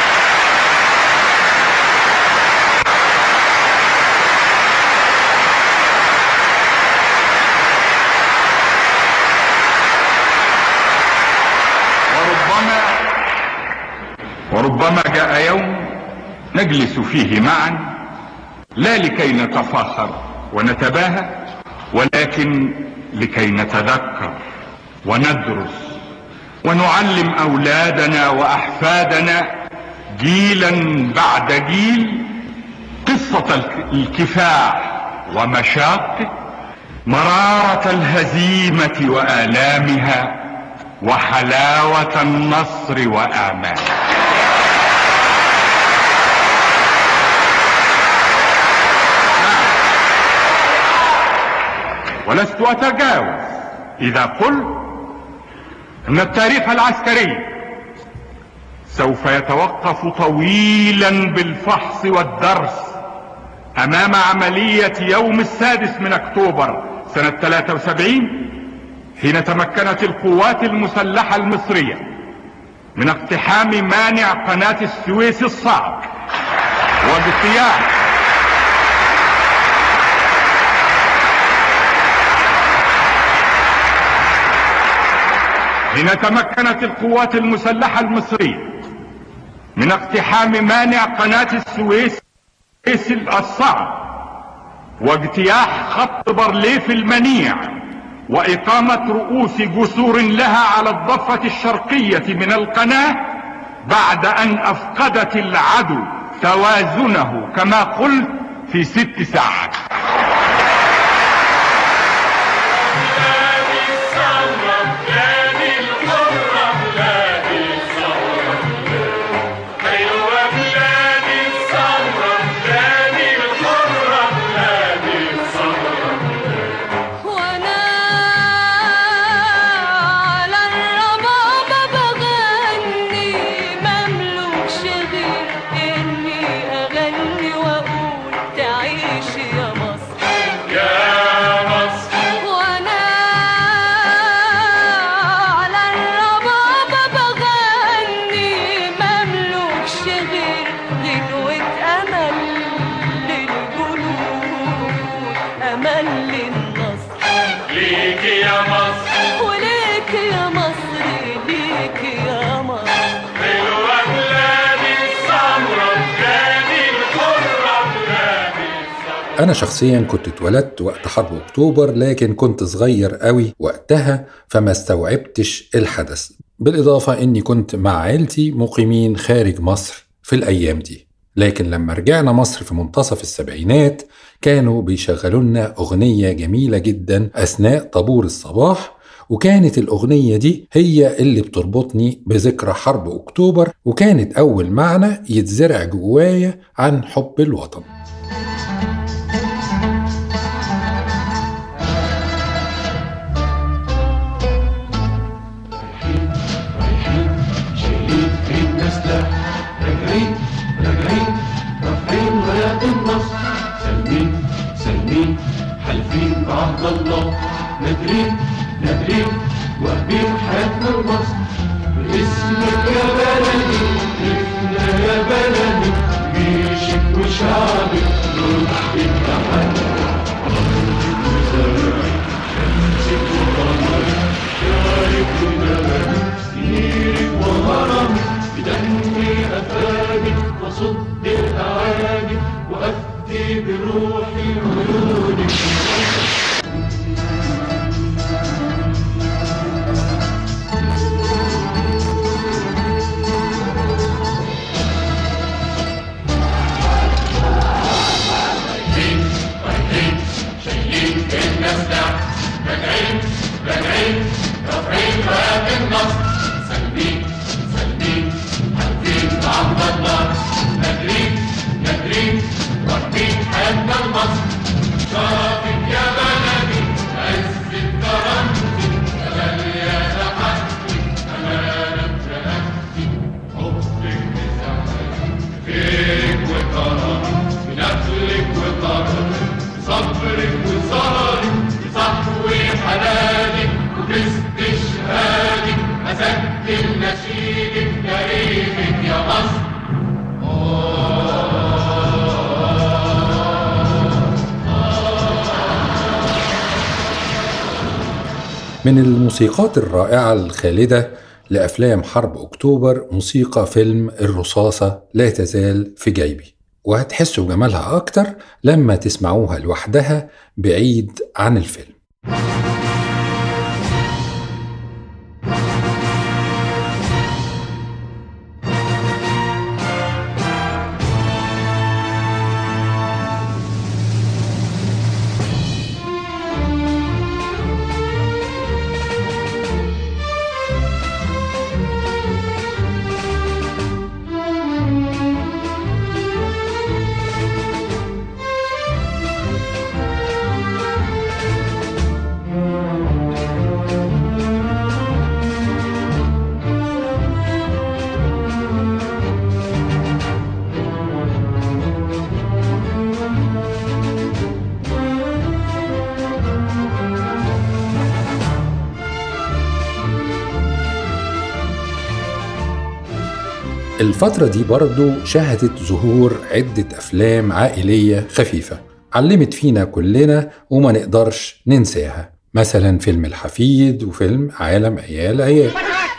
Speaker 5: وربما جاء يوم نجلس فيه معا لا لكي نتفاخر ونتباهى ولكن لكي نتذكر وندرس ونعلم أولادنا وأحفادنا جيلا بعد جيل قصة الكفاح ومشاقه، مرارة الهزيمة وآلامها، وحلاوة النصر وآماله. ولست أتجاوز إذا قلت أن التاريخ العسكري سوف يتوقف طويلا بالفحص والدرس أمام عملية يوم 6 أكتوبر سنة 73 حين تمكنت القوات المسلحة المصرية من اقتحام مانع قناة السويس الصعب واجتياح حين تمكنت القوات المسلحة المصرية من اقتحام مانع قناة السويس الصعب واجتياح خط بارليف المنيع وإقامة رؤوس جسور لها على الضفة الشرقية من القناة بعد أن أفقدت العدو توازنه كما قلت في 6 ساعات.
Speaker 1: أنا شخصيا كنت اتولدت وقت حرب أكتوبر، لكن كنت صغير قوي وقتها فما استوعبتش الحدث، بالإضافة إني كنت مع عيلتي مقيمين خارج مصر في الأيام دي. لكن لما رجعنا مصر في منتصف السبعينات كانوا بيشغلوا لنا أغنية جميلة جدا أثناء طابور الصباح، وكانت الأغنية دي هي اللي بتربطني بذكرى حرب أكتوبر، وكانت أول معنى يتزرع جوايا عن حب الوطن.
Speaker 22: حالفين بعهد الله نادرين نادرين واهبين حياتنا لمصر باسمك يا بلدي نفنا يا بلدي جيشك وشعبك روح التحدي أرضك وزرعك شمسك وقمرك شارك ونباتك سيرك وهرمك بدمي أفادك وصد الأعادي وأفدي بروحي عيونك.
Speaker 1: من الموسيقات الرائعة الخالدة لأفلام حرب أكتوبر موسيقى فيلم الرصاصة لا تزال في جيبي، وهتحسوا بجمالها أكتر لما تسمعوها لوحدها بعيد عن الفيلم. الفترة دي برضو شهدت ظهور عدة أفلام عائلية خفيفة علمت فينا كلنا وما نقدرش ننساها، مثلا فيلم الحفيد وفيلم عالم عيال عيال.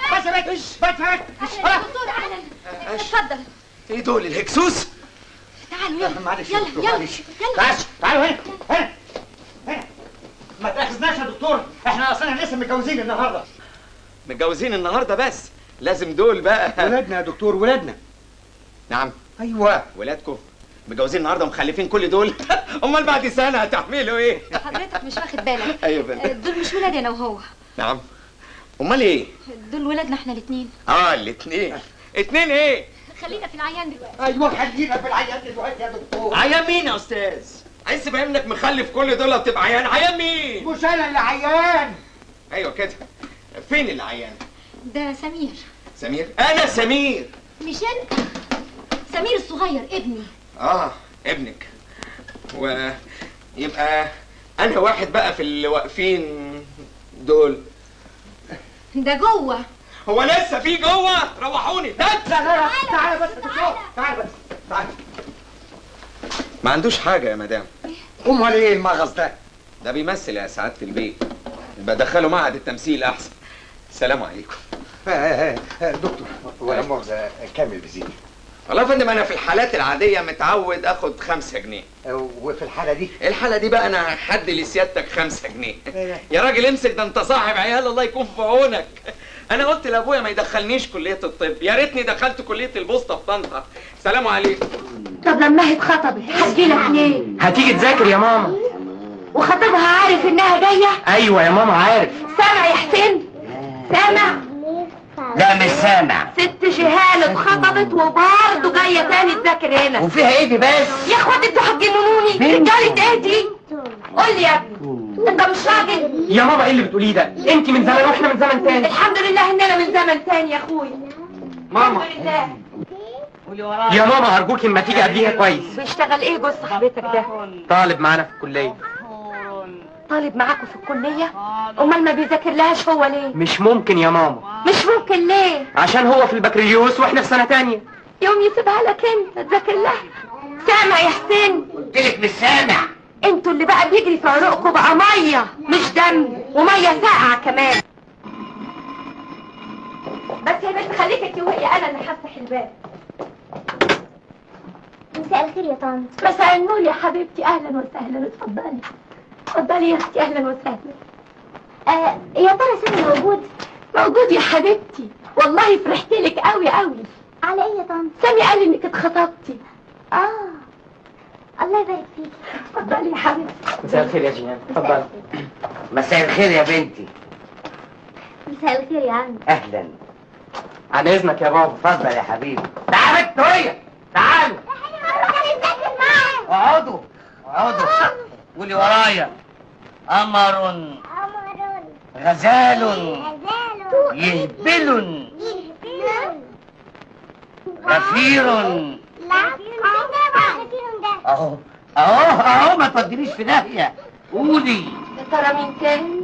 Speaker 2: اتفضل.
Speaker 7: ايه دول الهكسوس؟
Speaker 2: تعالوا يلا
Speaker 7: معلش
Speaker 2: يلا
Speaker 7: دكتور،
Speaker 2: يلا
Speaker 7: معلش.
Speaker 2: يلا
Speaker 7: تعالوا هنا هنا. ما تاخذناش يا دكتور، احنا اصلا لسه متجوزين النهارده. متجوزين النهارده بس لازم دول بقى ولادنا يا دكتور، ولادنا. نعم ايوه ولادكم متجوزين النهارده ومخلفين كل دول. امال بعد سنه هتعملوا ايه؟
Speaker 2: حضرتك مش واخد بالك.
Speaker 7: ايوه بنت.
Speaker 2: دول مش ولادي انا وهو.
Speaker 7: نعم امال ايه؟
Speaker 2: دول ولادنا احنا الاثنين.
Speaker 7: الاثنين. اتنين ايه؟
Speaker 2: خلينا في العيان دلوقتي.
Speaker 7: ايوه خلينا في العيان دلوقتي يا دكتور. عيان مين يا استاذ؟ عايز تفهم انك مخلف كل دول وبتبقى عيان؟ عيان مين؟ مش انا اللي عيان. ايوه كده. فين اللي عيان؟
Speaker 2: ده سمير.
Speaker 7: سمير؟ انا سمير.
Speaker 2: مش انت. سمير الصغير ابني.
Speaker 7: ابنك. ويبقى انا واحد بقى في اللي واقفين دول.
Speaker 2: ده جوه.
Speaker 7: هو لسه في جوه؟ روحوني. تعالى بس تعالى بس تعالى. ما عندوش حاجه يا مدام. امال ايه المغص ده؟ ده بيمثل يا سعاده البيت. بدخله معهد التمثيل احسن. السلام عليكم. دكتور ولا مؤاخذه كام الفيزيت؟ والله يا فندم انا في الحالات العاديه متعود اخد 5 جنيه. وفي الحاله دي؟ الحاله دي بقى انا حد لسيادتك 5 جنيه. يا راجل امسك، ده انت صاحب عيال الله يكون في عونك. انا قلت لابويا ما يدخلنيش كليه الطب، يا ريتني دخلت كليه البوسطه في طنطا. السلام عليكم.
Speaker 2: طب لما هي اتخطبت هتجيلك ليه؟
Speaker 7: هتيجي تذاكر يا ماما.
Speaker 2: وخطيبها عارف انها جايه؟
Speaker 7: ايوه يا ماما عارف.
Speaker 2: سامع يا حسين؟ سامع؟
Speaker 7: لا مش سامع.
Speaker 2: ست جهال اتخطبت وبرضه جايه تاني تذاكر هنا.
Speaker 7: وفيها ايه دي بس؟
Speaker 2: يا اخواتي انتوا هتجننوني. رجاله ايه دي؟ قول لي يا ابني انت مش راجل؟
Speaker 7: يا ماما ايه اللي بتقوليه ده؟ انت من زمان واحنا من زمن تاني.
Speaker 2: الحمد لله اننا من زمن تاني يا اخويا.
Speaker 7: ماما
Speaker 2: الحمد لله.
Speaker 7: يا ماما ارجوك اما تيجي قبليها كويس.
Speaker 2: بيشتغل ايه جوز صاحبتك ده؟
Speaker 7: طالب معانا في الكليه.
Speaker 2: طالب معاكوا في الكليه؟ امال ما بيذاكر لهاش هو ليه؟
Speaker 7: مش ممكن يا ماما.
Speaker 2: مش ممكن ليه؟
Speaker 7: عشان هو في البكالوريوس واحنا في سنه تانية.
Speaker 2: يوم يسيبها لك انت تذاكر لها. سامع يا حسين؟
Speaker 7: قلتلك مش سامع.
Speaker 2: انتوا اللي بقى بيجري في عروقكم بقى ميه مش دم، وميه ساقعه كمان. بس يا بنت خليكي انت وهي، انا اللي هفتح الباب.
Speaker 6: مساء الخير يا طنط.
Speaker 2: مساء النور يا حبيبتي، اهلا وسهلا. اتفضلي اتفضلي يا اختي، اهلا وسهلا.
Speaker 6: يا ترى سامي موجود؟
Speaker 2: موجود يا حبيبتي، والله فرحت لك قوي قوي.
Speaker 6: على ايه يا طنط؟
Speaker 2: سامي قال انك اتخطبتي.
Speaker 6: الله يبارك فيكي.
Speaker 2: اتفضلي يا حبيبتي.
Speaker 7: مساء الخير يا جيهان. اتفضلي. مساء الخير يا بنتي.
Speaker 6: مساء الخير يا عم.
Speaker 7: اهلا. عن اذنك يا بابا. اتفضل يا حبيبي. تعالوا انتوا هي. تعالوا. اقعدوا اقعدوا. قولي ورايا. قمر غزال يهبل غفير. اهو ما تودينيش في داهيه. قولي.
Speaker 2: يا ترى مين تاني؟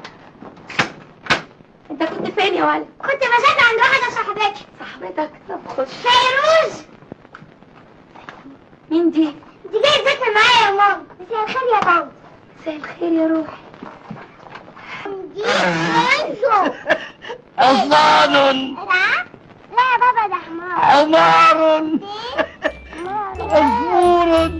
Speaker 2: انت كنت فين يا ولد؟
Speaker 6: كنت بذاكر عند واحده صاحبتي.
Speaker 2: صاحبتك؟ طب خش.
Speaker 6: فيروز.
Speaker 2: مين دي؟
Speaker 6: دي جايه تذاكر معايا يا ماما. مساء الخير يا طنط.
Speaker 2: مساء الخير يا روحي.
Speaker 6: دي انسو.
Speaker 7: حصان.
Speaker 6: لا يا بابا ده حمار.
Speaker 7: حمار. عصفور.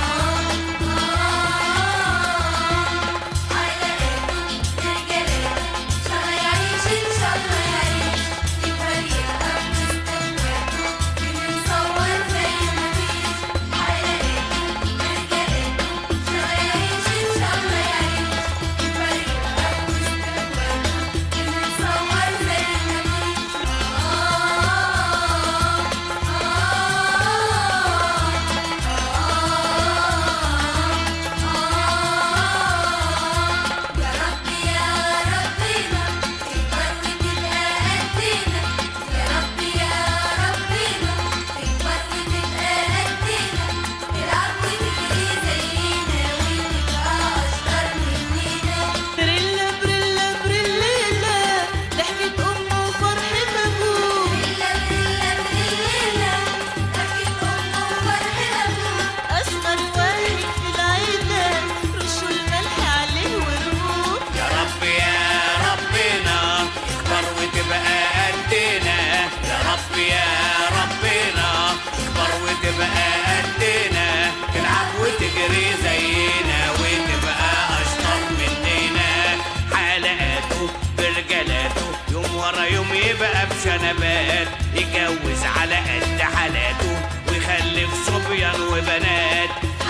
Speaker 6: I
Speaker 9: رب يا ربنا تكبر وتبقى قدنا تلعب وتجري زينا وتبقى اشطر مننا حلقاته برجلاته يوم ورا يوم يبقى بشنبات يجوز على قد حالاته ويخلف صبيان وبنات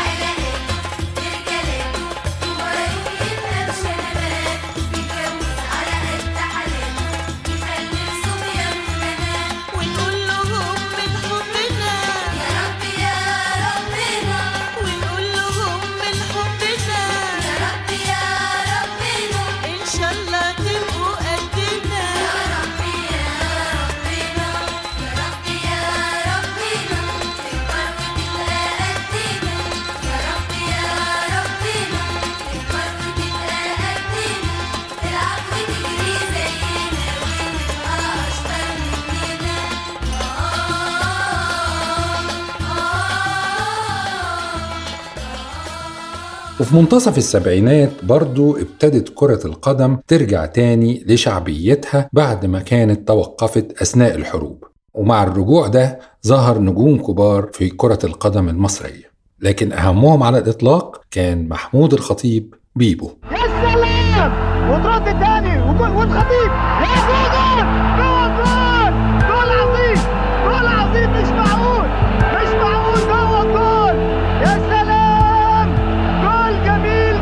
Speaker 1: وفي منتصف السبعينات برضو ابتدت كرة القدم ترجع تاني لشعبيتها بعد ما كانت توقفت أثناء الحروب، ومع الرجوع ده ظهر نجوم كبار في كرة القدم المصرية، لكن أهمهم على الإطلاق كان محمود الخطيب بيبو.
Speaker 3: يا سلام وترد تاني والخطيب يا جول جول عظيم جول عظيم مش معقول جوه الجول يا سلام جول جميل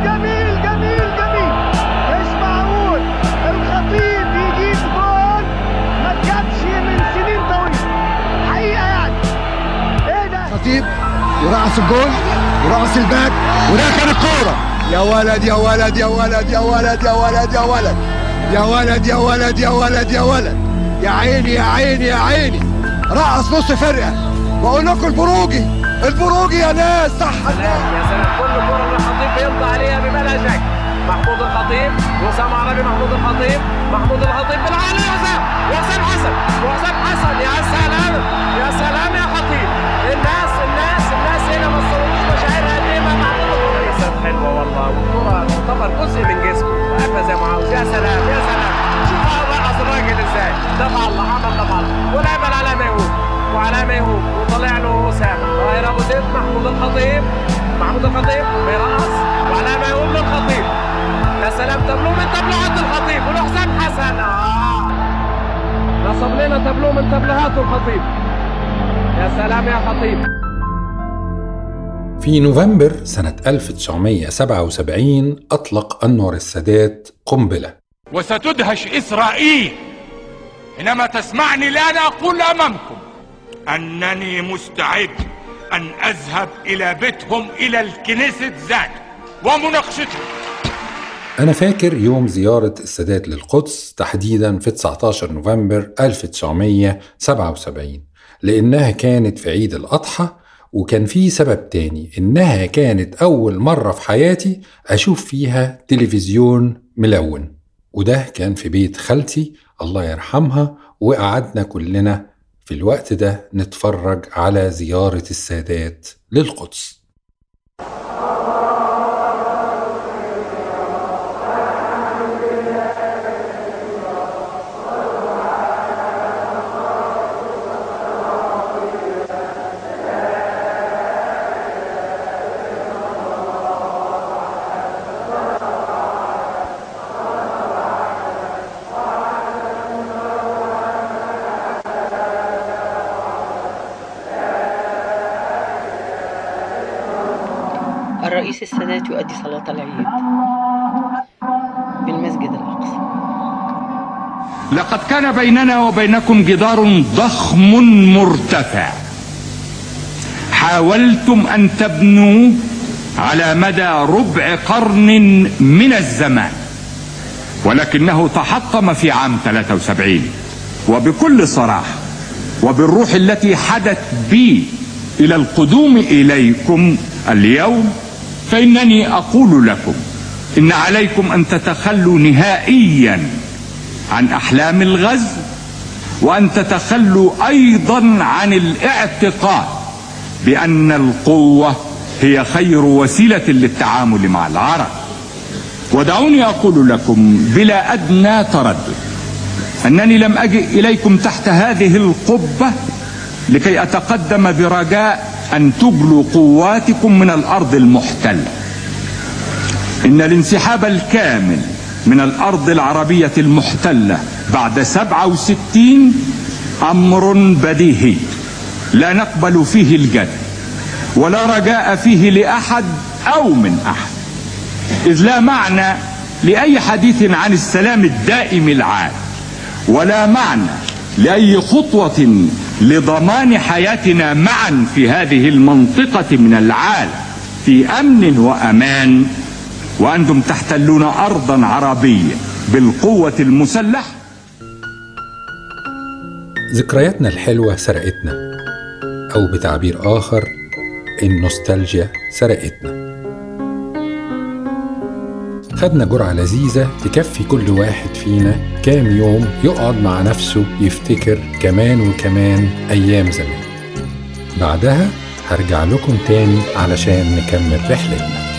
Speaker 3: مش معقول الخطيب يجيب جول ما اتجابش من سنين طويلة حقيقة يعني ايه ده
Speaker 13: الخطيب يرقص الجول يرقص الباك وده كان الكورة يا ولد يا ولد يا ولد يا ولد يا ولد يا ولد يا ولد يا ولد يا ولد يا ولد يا عيني يا عيني يا عيني رقص نص فرقة بقول لكم البروجي يا ناس صح
Speaker 11: يا سلام كل كرة الخطيب بيمضي عليها بلا شك محمود الخطيب وسام عربي محمود الخطيب بالعالي وحسام حسن يا سلام يا خطيب الناس هنا ما صوروش مشاعرها قد ايه مع محمود الخطيب حلوه والله والكرة تعتبر جزء من جسمه وقفها زي ما عاوز يا سلام شوف رقص الراجل ازاي دفع الله عمل ولعب على ما يهوب وطلع له اسامه طاهر ابو زيد محمود الخطيب بيرقص وعلى ما يقول للخطيب يا سلام تابلو من تابلوهات الخطيب ولحسام حسن نصب لنا تابلو من تابلوهات الخطيب يا سلام يا خطيب.
Speaker 1: في نوفمبر سنة 1977 أطلق أنور السادات قنبلة.
Speaker 5: وستدهش إسرائيل حينما تسمعني الآن أقول أمامكم أنني مستعد أن أذهب إلى بيتهم إلى الكنيسة ذات ومناقشتهم.
Speaker 1: أنا فاكر يوم زيارة السادات للقدس تحديدا في 19 نوفمبر 1977 لأنها كانت في عيد الأضحى، وكان في سبب تاني إنها كانت أول مرة في حياتي أشوف فيها تلفزيون ملون، وده كان في بيت خالتي الله يرحمها، وقعدنا كلنا في الوقت ده نتفرج على زيارة السادات للقدس.
Speaker 14: الرئيس السادات يؤدي صلاة العيد بالمسجد الأقصى.
Speaker 5: لقد كان بيننا وبينكم جدار ضخم مرتفع حاولتم أن تبنوا على مدى ربع قرن من الزمان، ولكنه تحطم في عام 73. وبكل صراحة وبالروح التي حدت بي إلى القدوم إليكم اليوم، فإنني أقول لكم إن عليكم أن تتخلوا نهائيا عن أحلام الغزو، وأن تتخلوا أيضا عن الاعتقاد بأن القوة هي خير وسيلة للتعامل مع العرب. ودعوني أقول لكم بلا أدنى تردد أنني لم أجئ إليكم تحت هذه القبة لكي أتقدم برجاء أن تجلوا قواتكم من الأرض المحتلة. إن الانسحاب الكامل من الأرض العربية المحتلة بعد 67 أمر بديهي لا نقبل فيه الجد ولا رجاء فيه لأحد أو من أحد، إذ لا معنى لأي حديث عن السلام الدائم العام، ولا معنى لأي خطوة لضمان حياتنا معا في هذه المنطقة من العالم في أمن وأمان، وأنتم تحتلون أرضا عربية بالقوة المسلحة.
Speaker 1: ذكرياتنا الحلوة سرقتنا، أو بتعبير آخر النوستالجيا سرقتنا. خدنا جرعة لذيذة تكفي كل واحد فينا كام يوم يقعد مع نفسه يفتكر كمان وكمان أيام زمان. بعدها هرجع لكم تاني علشان نكمل رحلتنا.